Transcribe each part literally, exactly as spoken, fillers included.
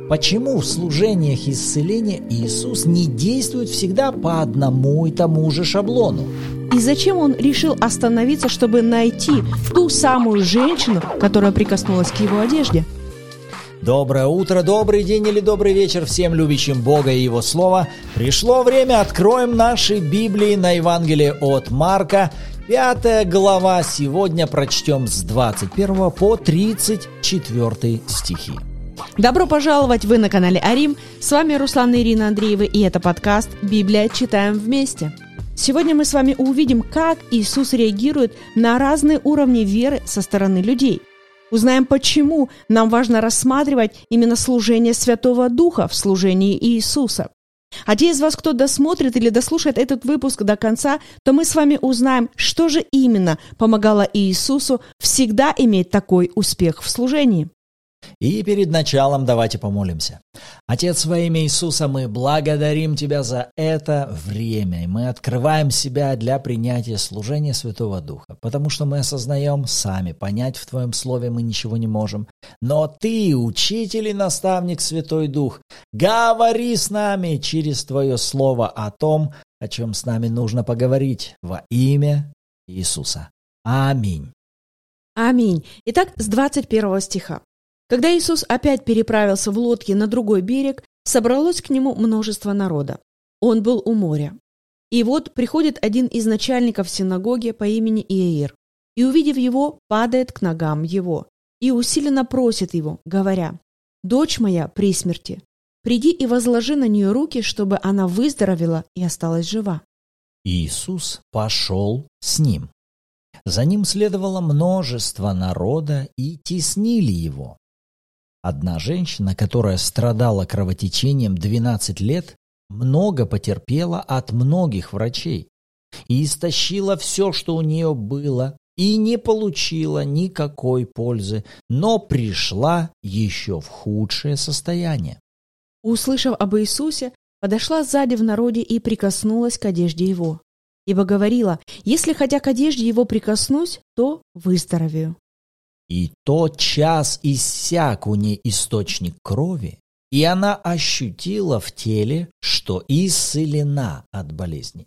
Почему в служениях исцеления Иисус не действует всегда по одному и тому же шаблону? И зачем он решил остановиться, чтобы найти ту самую женщину, которая прикоснулась к его одежде? Доброе утро, добрый день или добрый вечер всем любящим Бога и Его Слово. Пришло время, откроем наши Библии на Евангелие от Марка, пятая глава. Сегодня прочтем с двадцать первого по тридцать четвёртый стихи. Добро пожаловать, вы на канале Арим. С вами Руслан и Ирина Андреевы, и это подкаст «Библия. Читаем вместе». Сегодня мы с вами увидим, как Иисус реагирует на разные уровни веры со стороны людей. Узнаем, почему нам важно рассматривать именно служение Святого Духа в служении Иисуса. А те из вас, кто досмотрит или дослушает этот выпуск до конца, то мы с вами узнаем, что же именно помогало Иисусу всегда иметь такой успех в служении. И перед началом давайте помолимся. Отец, во имя Иисуса, мы благодарим Тебя за это время, и мы открываем себя для принятия служения Святого Духа, потому что мы осознаем сами, понять в Твоем Слове мы ничего не можем. Но Ты, Учитель и Наставник Святой Дух, говори с нами через Твое Слово о том, о чем с нами нужно поговорить во имя Иисуса. Аминь. Аминь. Итак, с двадцать первого стиха. Когда Иисус опять переправился в лодке на другой берег, собралось к нему множество народа. Он был у моря. И вот приходит один из начальников синагоги по имени Иаир, и, увидев его, падает к ногам его, и усиленно просит его, говоря: «Дочь моя при смерти, приди и возложи на нее руки, чтобы она выздоровела и осталась жива». Иисус пошел с ним. За ним следовало множество народа, и теснили его. Одна женщина, которая страдала кровотечением двенадцать лет, много потерпела от многих врачей и истощила все, что у нее было, и не получила никакой пользы, но пришла еще в худшее состояние. Услышав об Иисусе, подошла сзади в народе и прикоснулась к одежде его, ибо говорила: «Если хотя к одежде его прикоснусь, то выздоровею». И тотчас иссяк у ней источник крови, и она ощутила в теле, что исцелена от болезни.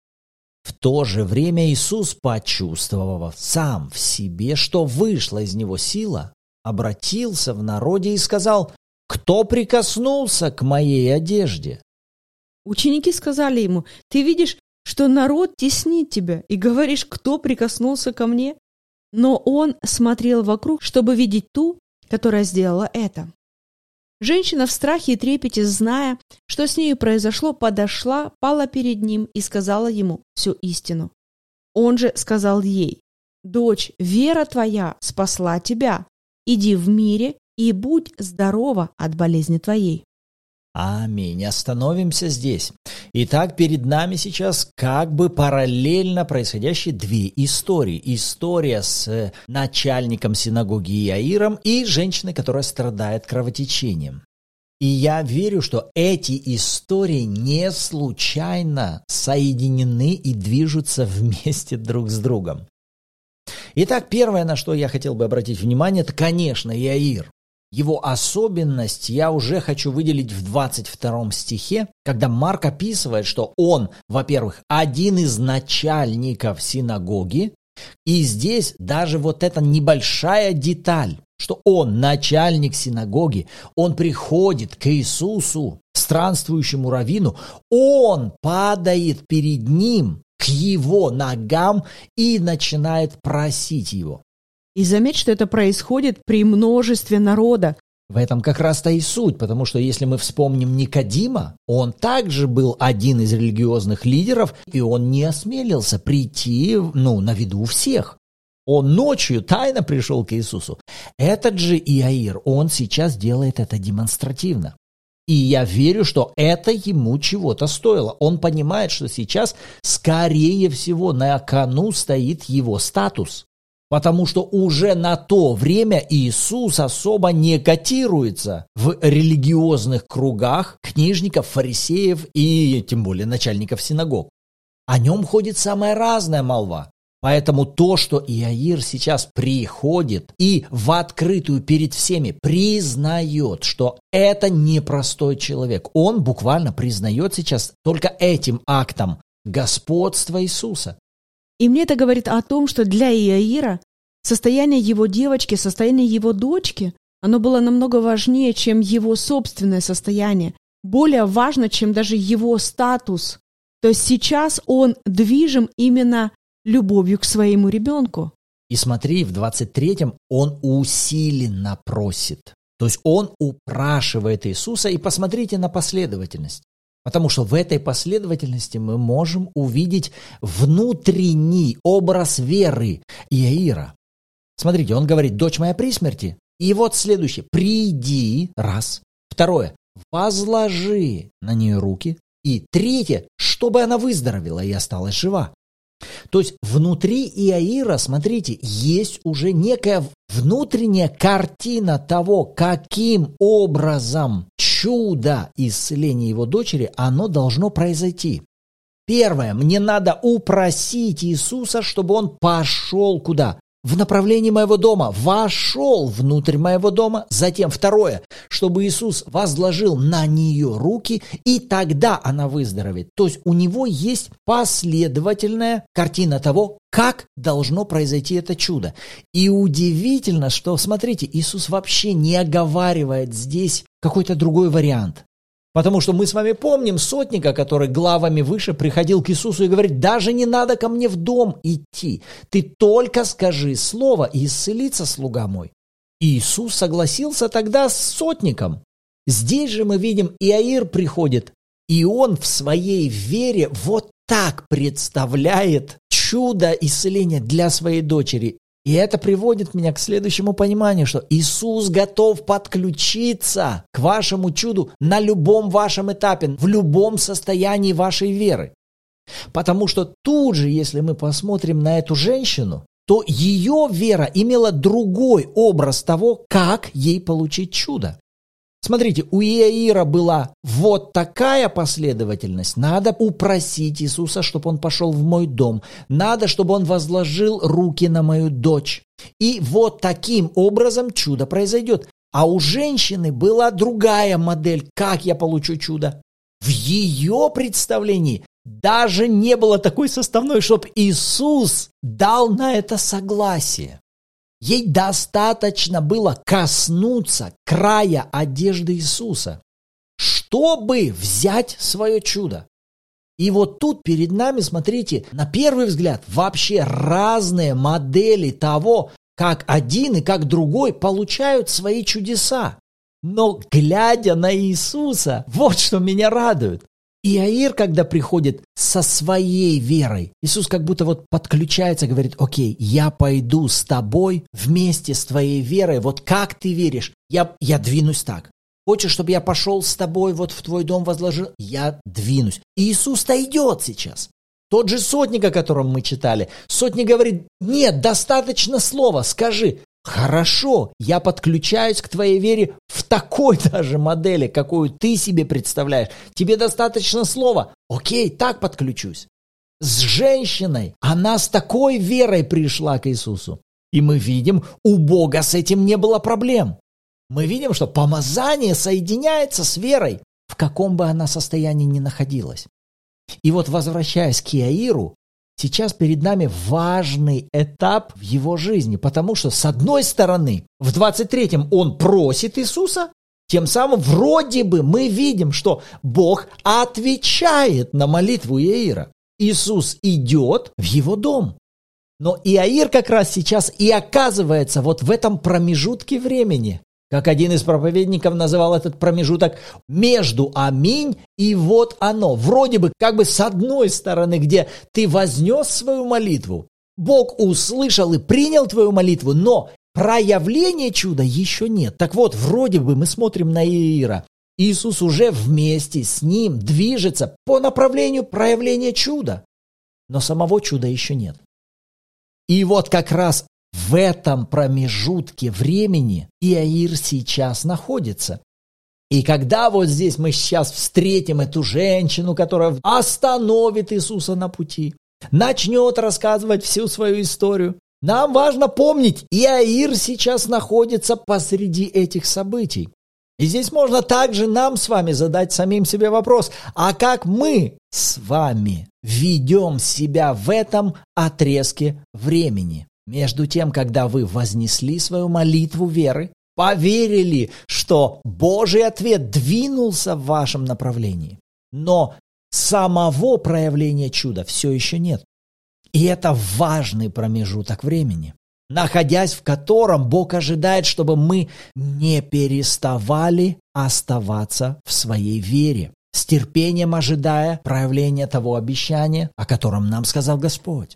В то же время Иисус, почувствовав сам в себе, что вышла из него сила, обратился в народе и сказал: «Кто прикоснулся к моей одежде?» Ученики сказали ему: «Ты видишь, что народ теснит тебя, и говоришь: кто прикоснулся ко мне?» Но он смотрел вокруг, чтобы видеть ту, которая сделала это. Женщина в страхе и трепете, зная, что с нею произошло, подошла, пала перед ним и сказала ему всю истину. Он же сказал ей: «Дочь, вера твоя спасла тебя. Иди в мире и будь здорова от болезни твоей». Аминь. Остановимся здесь. Итак, перед нами сейчас как бы параллельно происходящие две истории. История с начальником синагоги Иаиром и женщиной, которая страдает кровотечением. И я верю, что эти истории не случайно соединены и движутся вместе друг с другом. Итак, первое, на что я хотел бы обратить внимание, это, конечно, Иаир. Его особенность я уже хочу выделить в двадцать втором стихе, когда Марк описывает, что он, во-первых, один из начальников синагоги, и здесь даже вот эта небольшая деталь, что он начальник синагоги, он приходит к Иисусу, странствующему раввину, он падает перед ним к его ногам и начинает просить его. И заметь, что это происходит при множестве народа. В этом как раз-то и суть, потому что если мы вспомним Никодима, он также был один из религиозных лидеров, и он не осмелился прийти, ну, на виду у всех. Он ночью тайно пришел к Иисусу. Этот же Иаир, он сейчас делает это демонстративно. И я верю, что это ему чего-то стоило. Он понимает, что сейчас, скорее всего, на кону стоит его статус. Потому что уже на то время Иисус особо не котируется в религиозных кругах книжников, фарисеев и тем более начальников синагог. О нем ходит самая разная молва. Поэтому то, что Иаир сейчас приходит и в открытую перед всеми признает, что это непростой человек, он буквально признает сейчас только этим актом господства Иисуса. И мне это говорит о том, что для Иаира состояние его девочки, состояние его дочки, оно было намного важнее, чем его собственное состояние, более важно, чем даже его статус. То есть сейчас он движим именно любовью к своему ребенку. И смотри, в двадцать третьем он усиленно просит. То есть он упрашивает Иисуса, и посмотрите на последовательность. Потому что в этой последовательности мы можем увидеть внутренний образ веры Иаира. Смотрите, он говорит: «Дочь моя при смерти». И вот следующее: «Приди», раз. Второе: «Возложи на нее руки». И третье: «Чтобы она выздоровела и осталась жива». То есть внутри Иаира, смотрите, есть уже некая внутренняя картина того, каким образом чудо исцеления его дочери, оно должно произойти. Первое: мне надо упросить Иисуса, чтобы он пошел куда? В направлении моего дома, вошел внутрь моего дома. Затем второе: чтобы Иисус возложил на нее руки, и тогда она выздоровеет. То есть у него есть последовательная картина того, как должно произойти это чудо. И удивительно, что, смотрите, Иисус вообще не оговаривает здесь какой-то другой вариант. Потому что мы с вами помним сотника, который главами выше приходил к Иисусу и говорит: даже не надо ко мне в дом идти, ты только скажи слово, и исцелится слуга мой. И Иисус согласился тогда с сотником. Здесь же мы видим, Иаир приходит, и он в своей вере вот так представляет чудо исцеления для своей дочери. И это приводит меня к следующему пониманию, что Иисус готов подключиться к вашему чуду на любом вашем этапе, в любом состоянии вашей веры. Потому что тут же, если мы посмотрим на эту женщину, то ее вера имела другой образ того, как ей получить чудо. Смотрите, у Иаира была вот такая последовательность. Надо упросить Иисуса, чтобы он пошел в мой дом. Надо, чтобы он возложил руки на мою дочь. И вот таким образом чудо произойдет. А у женщины была другая модель, как я получу чудо. В ее представлении даже не было такой составной, чтобы Иисус дал на это согласие. Ей достаточно было коснуться края одежды Иисуса, чтобы взять свое чудо. И вот тут перед нами, смотрите, на первый взгляд, вообще разные модели того, как один и как другой получают свои чудеса. Но глядя на Иисуса, вот что меня радует. Иаир, когда приходит со своей верой, Иисус как будто вот подключается, говорит: окей, я пойду с тобой вместе с твоей верой, вот как ты веришь, я, я двинусь так. Хочешь, чтобы я пошел с тобой, вот в твой дом возложил, я двинусь. И Иисус-то идет сейчас. Тот же сотник, о котором мы читали, сотник говорит: нет, достаточно слова, скажи. Хорошо, я подключаюсь к твоей вере в такой даже модели, какую ты себе представляешь. Тебе достаточно слова. Окей, так подключусь. С женщиной она с такой верой пришла к Иисусу. И мы видим, у Бога с этим не было проблем. Мы видим, что помазание соединяется с верой, в каком бы она состоянии ни находилась. И вот, возвращаясь к Иаиру, сейчас перед нами важный этап в его жизни, потому что, с одной стороны, в двадцать третьем он просит Иисуса, тем самым вроде бы мы видим, что Бог отвечает на молитву Иаира. Иисус идет в его дом. Но Иаир как раз сейчас и оказывается вот в этом промежутке времени, как один из проповедников называл этот промежуток, между аминь и вот оно. Вроде бы как бы с одной стороны, где ты вознес свою молитву, Бог услышал и принял твою молитву, но проявления чуда еще нет. Так вот, вроде бы мы смотрим на Иаира. Иисус уже вместе с ним движется по направлению проявления чуда, но самого чуда еще нет. И вот как раз в этом промежутке времени Иаир сейчас находится. И когда вот здесь мы сейчас встретим эту женщину, которая остановит Иисуса на пути, начнет рассказывать всю свою историю. Нам важно помнить, Иаир сейчас находится посреди этих событий. И здесь можно также нам с вами задать самим себе вопрос, а как мы с вами ведем себя в этом отрезке времени? Между тем, когда вы вознесли свою молитву веры, поверили, что Божий ответ двинулся в вашем направлении, но самого проявления чуда все еще нет. И это важный промежуток времени, находясь в котором Бог ожидает, чтобы мы не переставали оставаться в своей вере, с терпением ожидая проявления того обещания, о котором нам сказал Господь.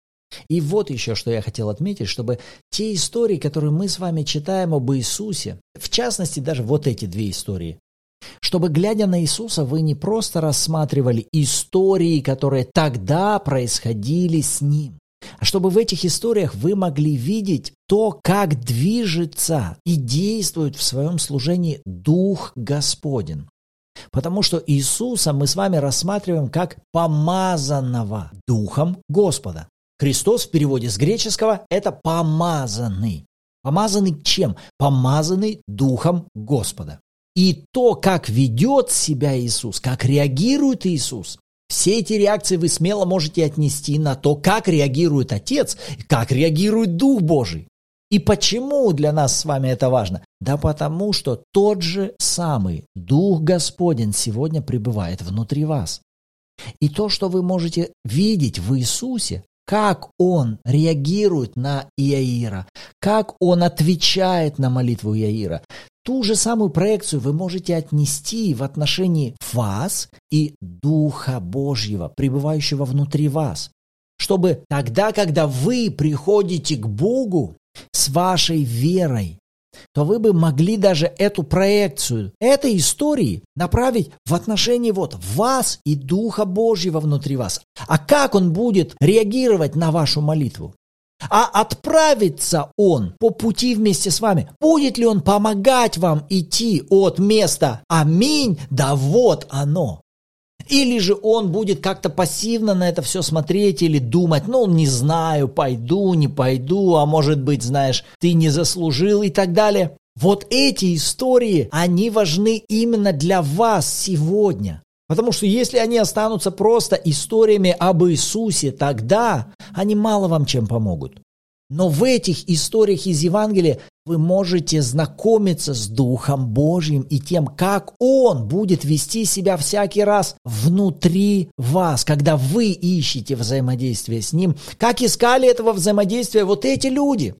И вот еще, что я хотел отметить, чтобы те истории, которые мы с вами читаем об Иисусе, в частности, даже вот эти две истории, чтобы, глядя на Иисуса, вы не просто рассматривали истории, которые тогда происходили с Ним, а чтобы в этих историях вы могли видеть то, как движется и действует в своем служении Дух Господень. Потому что Иисуса мы с вами рассматриваем как помазанного Духом Господа. Христос в переводе с греческого – это помазанный. Помазанный чем? Помазанный Духом Господа. И то, как ведет себя Иисус, как реагирует Иисус, все эти реакции вы смело можете отнести на то, как реагирует Отец, как реагирует Дух Божий. И почему для нас с вами это важно? Да потому что тот же самый Дух Господень сегодня пребывает внутри вас. И то, что вы можете видеть в Иисусе, как Он реагирует на Иаира, как Он отвечает на молитву Иаира, ту же самую проекцию вы можете отнести в отношении вас и Духа Божьего, пребывающего внутри вас, чтобы тогда, когда вы приходите к Богу с вашей верой, то вы бы могли даже эту проекцию, этой истории направить в отношении вот вас и Духа Божьего внутри вас. А как Он будет реагировать на вашу молитву? А отправится Он по пути вместе с вами? Будет ли Он помогать вам идти от места «Аминь» до «Вот оно»? Или же Он будет как-то пассивно на это все смотреть или думать, ну, не знаю, пойду, не пойду, а может быть, знаешь, ты не заслужил и так далее. Вот эти истории, они важны именно для вас сегодня. Потому что если они останутся просто историями об Иисусе, тогда они мало вам чем помогут. Но в этих историях из Евангелия вы можете знакомиться с Духом Божьим и тем, как Он будет вести себя всякий раз внутри вас, когда вы ищете взаимодействие с Ним, как искали этого взаимодействия вот эти люди.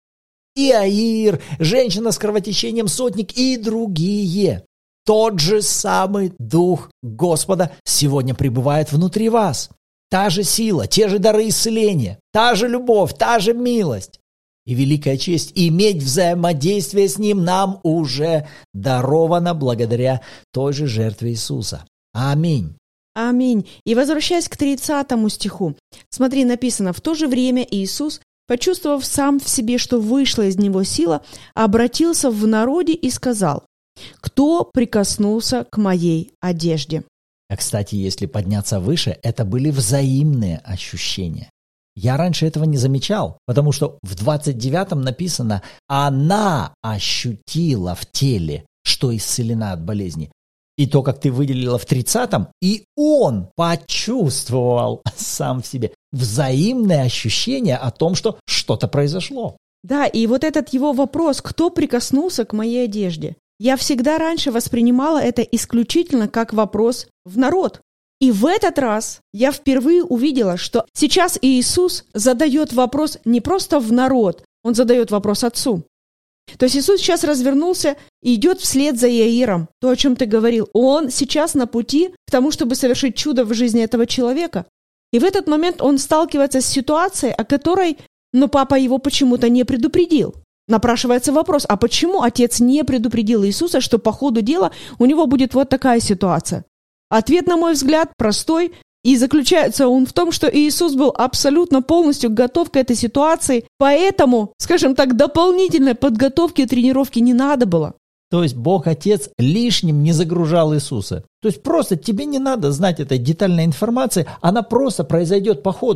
Иаир, женщина с кровотечением, сотник и другие. Тот же самый Дух Господа сегодня пребывает внутри вас. Та же сила, те же дары исцеления, та же любовь, та же милость. И великая честь иметь взаимодействие с Ним нам уже даровано благодаря той же жертве Иисуса. Аминь. Аминь. И возвращаясь к тридцатому стиху, смотри, написано: «В то же время Иисус, почувствовав сам в себе, что вышла из Него сила, обратился в народе и сказал: кто прикоснулся к моей одежде?» А, кстати, если подняться выше, это были взаимные ощущения. Я раньше этого не замечал, потому что в двадцать девятом написано: «Она ощутила в теле, что исцелена от болезни». И то, как ты выделила в тридцатом, и он почувствовал сам в себе взаимное ощущение о том, что что-то произошло. Да, и вот этот его вопрос: кто прикоснулся к моей одежде? Я всегда раньше воспринимала это исключительно как вопрос в народ. И в этот раз я впервые увидела, что сейчас Иисус задает вопрос не просто в народ, Он задает вопрос Отцу. То есть Иисус сейчас развернулся и идет вслед за Иаиром, то, о чем ты говорил. Он сейчас на пути к тому, чтобы совершить чудо в жизни этого человека. И в этот момент он сталкивается с ситуацией, о которой, но папа его почему-то не предупредил. Напрашивается вопрос: а почему отец не предупредил Иисуса, что по ходу дела у него будет вот такая ситуация? Ответ, на мой взгляд, простой, и заключается он в том, что Иисус был абсолютно полностью готов к этой ситуации, поэтому, скажем так, дополнительной подготовки и тренировки не надо было. То есть Бог Отец лишним не загружал Иисуса. То есть просто тебе не надо знать этой детальной информации, она просто произойдет по ходу.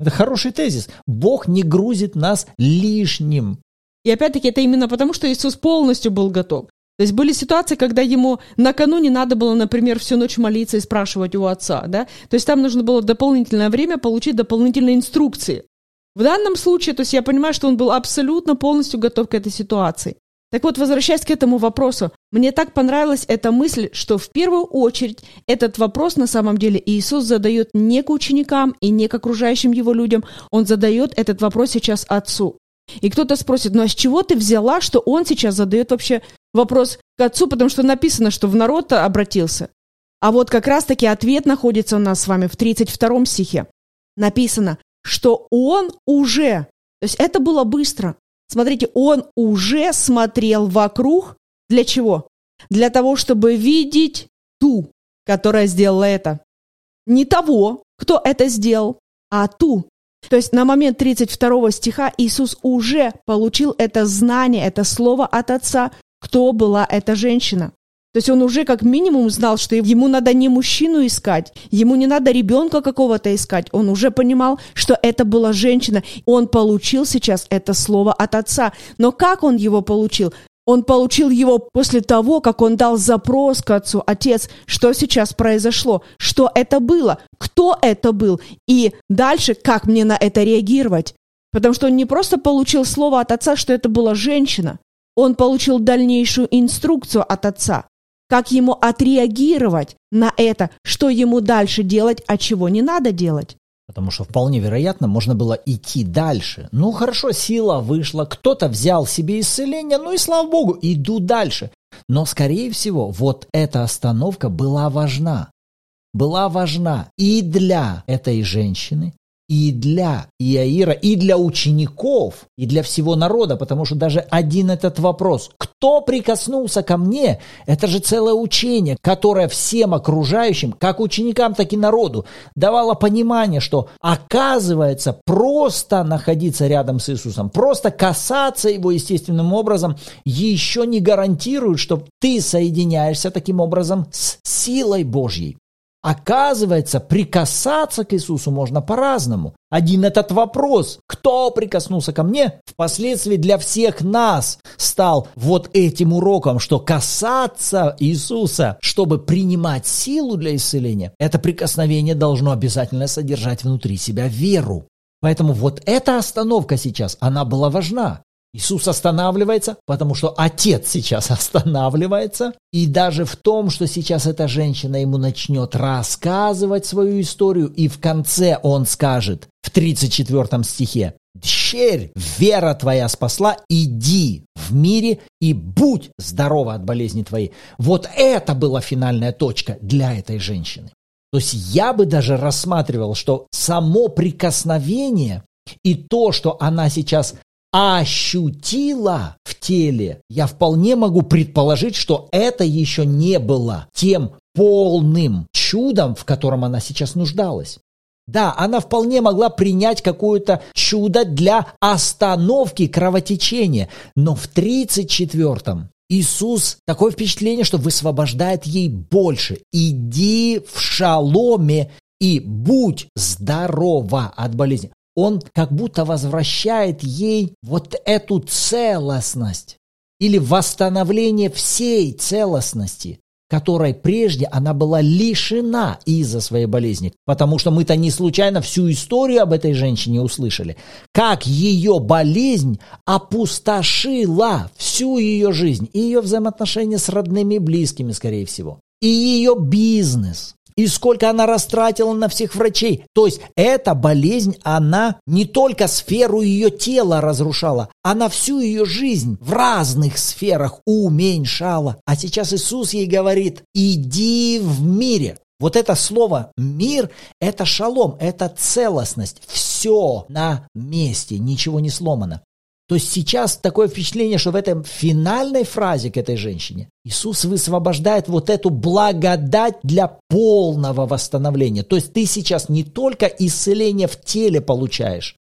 Это хороший тезис. Бог не грузит нас лишним. И опять-таки это именно потому, что Иисус полностью был готов. То есть были ситуации, когда ему накануне надо было, например, всю ночь молиться и спрашивать у отца, да? То есть там нужно было дополнительное время получить дополнительные инструкции. В данном случае, то есть я понимаю, что он был абсолютно полностью готов к этой ситуации. Так вот, возвращаясь к этому вопросу, мне так понравилась эта мысль, что в первую очередь этот вопрос на самом деле Иисус задает не к ученикам и не к окружающим его людям, он задает этот вопрос сейчас отцу. И кто-то спросит, ну а с чего ты взяла, что он сейчас задает вообще вопрос к отцу, потому что написано, что в народ обратился. А вот как раз-таки ответ находится у нас с вами в тридцать втором стихе. Написано, что он уже, то есть это было быстро. Смотрите, он уже смотрел вокруг. Для чего? Для того, чтобы видеть ту, которая сделала это. Не того, кто это сделал, а ту. То есть на момент тридцать второго стиха Иисус уже получил это знание, это слово от Отца, кто была эта женщина. То есть он уже как минимум знал, что ему надо не мужчину искать, ему не надо ребенка какого-то искать. Он уже понимал, что это была женщина. Он получил сейчас это слово от Отца. Но как он его получил? Он получил его после того, как он дал запрос к Отцу. Отец, что сейчас произошло? Что это было? Кто это был? И дальше, как мне на это реагировать? Потому что он не просто получил слово от Отца, что это была женщина. Он получил дальнейшую инструкцию от Отца. Как ему отреагировать на это, что ему дальше делать, а чего не надо делать. Потому что вполне вероятно, можно было идти дальше. Ну хорошо, сила вышла, кто-то взял себе исцеление, ну и слава Богу, иду дальше. Но скорее всего, вот эта остановка была важна. Была важна и для этой женщины, и для Иаира, и для учеников, и для всего народа, потому что даже один этот вопрос, кто прикоснулся ко мне, это же целое учение, которое всем окружающим, как ученикам, так и народу, давало понимание, что оказывается просто находиться рядом с Иисусом, просто касаться его естественным образом еще не гарантирует, что ты соединяешься таким образом с силой Божьей. Оказывается, прикасаться к Иисусу можно по-разному. Один этот вопрос, кто прикоснулся ко мне, впоследствии для всех нас стал вот этим уроком, что касаться Иисуса, чтобы принимать силу для исцеления, это прикосновение должно обязательно содержать внутри себя веру. Поэтому вот эта остановка сейчас, она была важна. Иисус останавливается, потому что Отец сейчас останавливается. И даже в том, что сейчас эта женщина ему начнет рассказывать свою историю, и в конце он скажет в тридцать четвёртом стихе: «Дщерь, вера твоя спасла, иди в мире и будь здорова от болезни твоей». Вот это была финальная точка для этой женщины. То есть я бы даже рассматривал, что само прикосновение и то, что она сейчас ощутила в теле, я вполне могу предположить, что это еще не было тем полным чудом, в котором она сейчас нуждалась. Да, она вполне могла принять какое-то чудо для остановки кровотечения, но в тридцать четвёртом Иисус, такое впечатление, что высвобождает ей больше. Иди в шаломе и будь здорова от болезни. Он как будто возвращает ей вот эту целостность или восстановление всей целостности, которой прежде она была лишена из-за своей болезни. Потому что мы-то не случайно всю историю об этой женщине услышали. Как ее болезнь опустошила всю ее жизнь, и ее взаимоотношения с родными и близкими, скорее всего, и ее бизнес. И сколько она растратила на всех врачей. То есть эта болезнь, она не только сферу ее тела разрушала, она всю ее жизнь в разных сферах уменьшала. А сейчас Иисус ей говорит: иди в мире. Вот это слово «мир» – это шалом, это целостность. Все на месте, ничего не сломано. То есть сейчас такое впечатление, что в этой финальной фразе к этой женщине Иисус высвобождает вот эту благодать для полного восстановления. То есть ты сейчас не только исцеление в теле получаешь,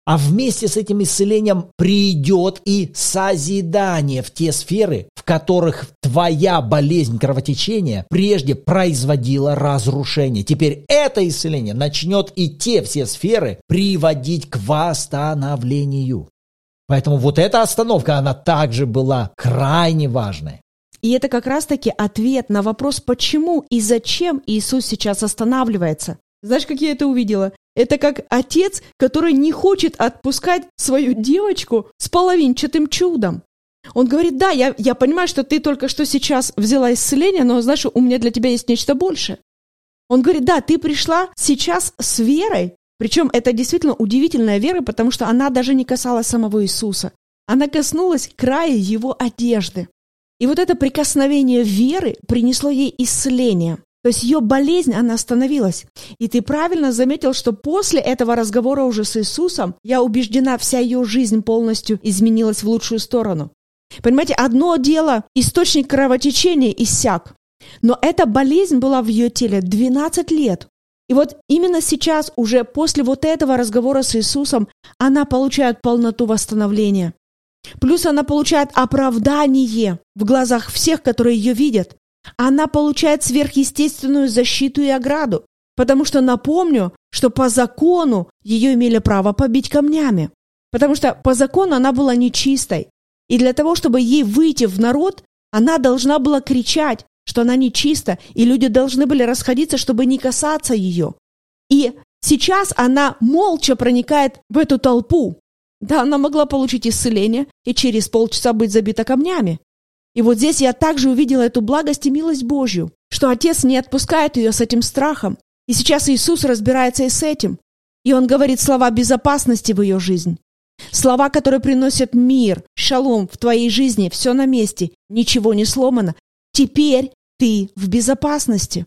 А вместе с этим исцелением придет и созидание в те сферы, в которых твоя болезнь кровотечения прежде производила разрушение. Теперь это исцеление начнет и те все сферы приводить к восстановлению. Поэтому вот эта остановка, она также была крайне важной. И это как раз-таки ответ на вопрос, почему и зачем Иисус сейчас останавливается. Знаешь, как я это увидела? Это как отец, который не хочет отпускать свою девочку с половинчатым чудом. Он говорит, да, я, я понимаю, что ты только что сейчас взяла исцеление, но, знаешь, у меня для тебя есть нечто большее. Он говорит, да, ты пришла сейчас с верой, причем это действительно удивительная вера, потому что она даже не касалась самого Иисуса. Она коснулась края его одежды. И вот это прикосновение веры принесло ей исцеление. То есть ее болезнь, она остановилась. И ты правильно заметил, что после этого разговора уже с Иисусом, я убеждена, вся ее жизнь полностью изменилась в лучшую сторону. Понимаете, одно дело, источник кровотечения иссяк, но эта болезнь была в ее теле двенадцать лет. И вот именно сейчас, уже после вот этого разговора с Иисусом, она получает полноту восстановления. Плюс она получает оправдание в глазах всех, которые ее видят. Она получает сверхъестественную защиту и ограду, потому что, напомню, что по закону ее имели право побить камнями, потому что по закону она была нечистой, и для того, чтобы ей выйти в народ, она должна была кричать, что она нечиста, и люди должны были расходиться, чтобы не касаться ее. И сейчас она молча проникает в эту толпу. Да, она могла получить исцеление и через полчаса быть забита камнями. И вот здесь я также увидела эту благость и милость Божью, что Отец не отпускает ее с этим страхом. И сейчас Иисус разбирается и с этим. И Он говорит слова безопасности в ее жизнь. Слова, которые приносят мир, шалом в твоей жизни, все на месте, ничего не сломано. Теперь ты в безопасности.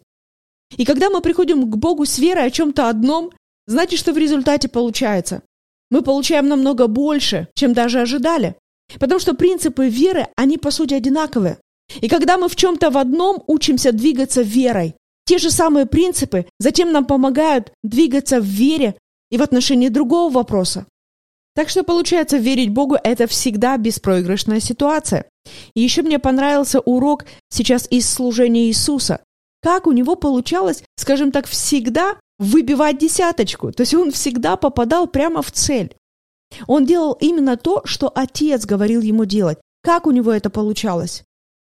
И когда мы приходим к Богу с верой о чем-то одном, знаете, что в результате получается? Мы получаем намного больше, чем даже ожидали. Потому что принципы веры, они по сути одинаковые. И когда мы в чем-то в одном учимся двигаться верой, те же самые принципы затем нам помогают двигаться в вере и в отношении другого вопроса. Так что получается, верить Богу – это всегда беспроигрышная ситуация. И еще мне понравился урок сейчас из служения Иисуса. Как у него получалось, скажем так, всегда выбивать десяточку. То есть он всегда попадал прямо в цель. Он делал именно то, что Отец говорил ему делать. Как у него это получалось?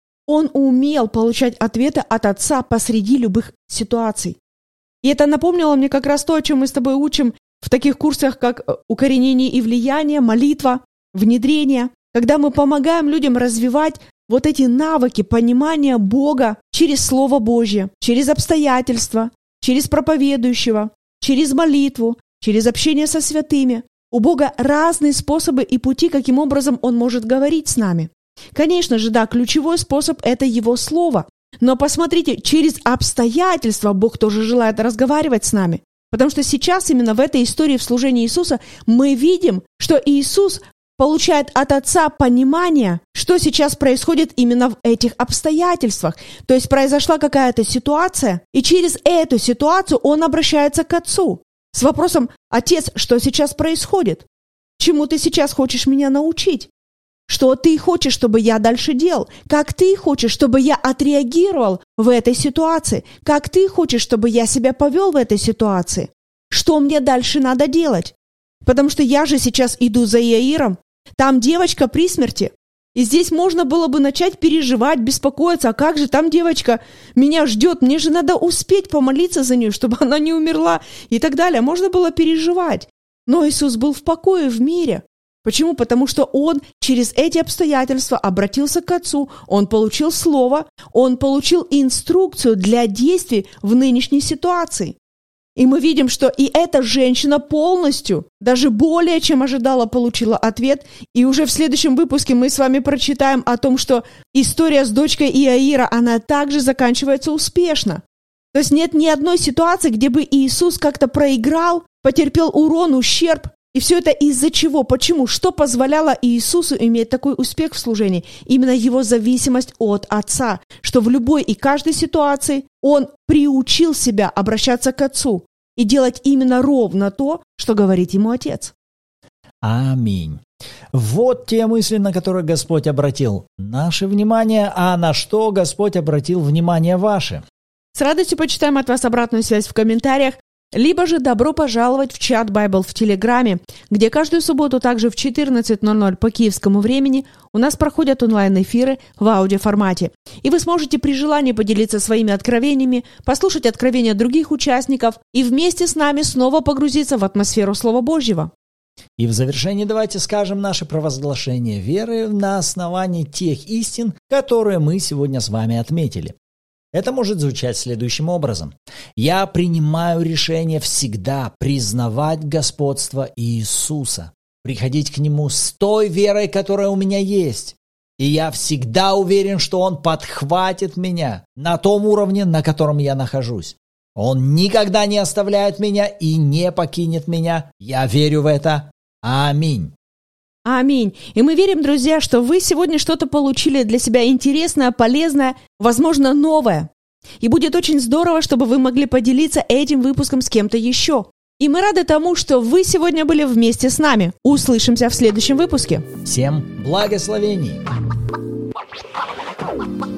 Он умел получать ответы от Отца посреди любых ситуаций. И это напомнило мне как раз то, о чем мы с тобой учим в таких курсах, как укоренение и влияние, молитва, внедрение, когда мы помогаем людям развивать вот эти навыки понимания Бога через Слово Божье, через обстоятельства, через проповедующего, через молитву, через общение со святыми. У Бога разные способы и пути, каким образом Он может говорить с нами. Конечно же, да, ключевой способ – это Его Слово. Но посмотрите, через обстоятельства Бог тоже желает разговаривать с нами. Потому что сейчас именно в этой истории в служении Иисуса мы видим, что Иисус получает от Отца понимание, что сейчас происходит именно в этих обстоятельствах. То есть произошла какая-то ситуация, и через эту ситуацию Он обращается к Отцу с вопросом: «Отец, что сейчас происходит? Чему ты сейчас хочешь меня научить? Что ты хочешь, чтобы я дальше делал? Как ты хочешь, чтобы я отреагировал в этой ситуации? Как ты хочешь, чтобы я себя повел в этой ситуации? Что мне дальше надо делать? Потому что я же сейчас иду за Иаиром. Там девочка при смерти. И здесь можно было бы начать переживать, беспокоиться. А как же там девочка меня ждет? Мне же надо успеть помолиться за нее, чтобы она не умерла и так далее. Можно было переживать. Но Иисус был в покое, в мире. Почему? Потому что Он через эти обстоятельства обратился к Отцу, Он получил Слово, Он получил инструкцию для действий в нынешней ситуации. И мы видим, что и эта женщина полностью, даже более чем ожидала, получила ответ. И уже в следующем выпуске мы с вами прочитаем о том, что история с дочкой Иаира, она также заканчивается успешно. То есть нет ни одной ситуации, где бы Иисус как-то проиграл, потерпел урон, ущерб. И все это из-за чего? Почему? Что позволяло Иисусу иметь такой успех в служении? Именно Его зависимость от Отца, что в любой и каждой ситуации Он приучил себя обращаться к Отцу и делать именно ровно то, что говорит Ему Отец. Аминь. Вот те мысли, на которые Господь обратил наше внимание, а на что Господь обратил внимание ваше. С радостью почитаем от вас обратную связь в комментариях, либо же добро пожаловать в чат Bible в Телеграме, где каждую субботу также в четырнадцать ноль ноль по киевскому времени у нас проходят онлайн-эфиры в аудиоформате. И вы сможете при желании поделиться своими откровениями, послушать откровения других участников и вместе с нами снова погрузиться в атмосферу Слова Божьего. И в завершении давайте скажем наше провозглашение веры на основании тех истин, которые мы сегодня с вами отметили. Это может звучать следующим образом. Я принимаю решение всегда признавать господство Иисуса, приходить к Нему с той верой, которая у меня есть. И я всегда уверен, что Он подхватит меня на том уровне, на котором я нахожусь. Он никогда не оставляет меня и не покинет меня. Я верю в это. Аминь. Аминь. И мы верим, друзья, что вы сегодня что-то получили для себя интересное, полезное, возможно, новое. И будет очень здорово, чтобы вы могли поделиться этим выпуском с кем-то еще. И мы рады тому, что вы сегодня были вместе с нами. Услышимся в следующем выпуске. Всем благословений.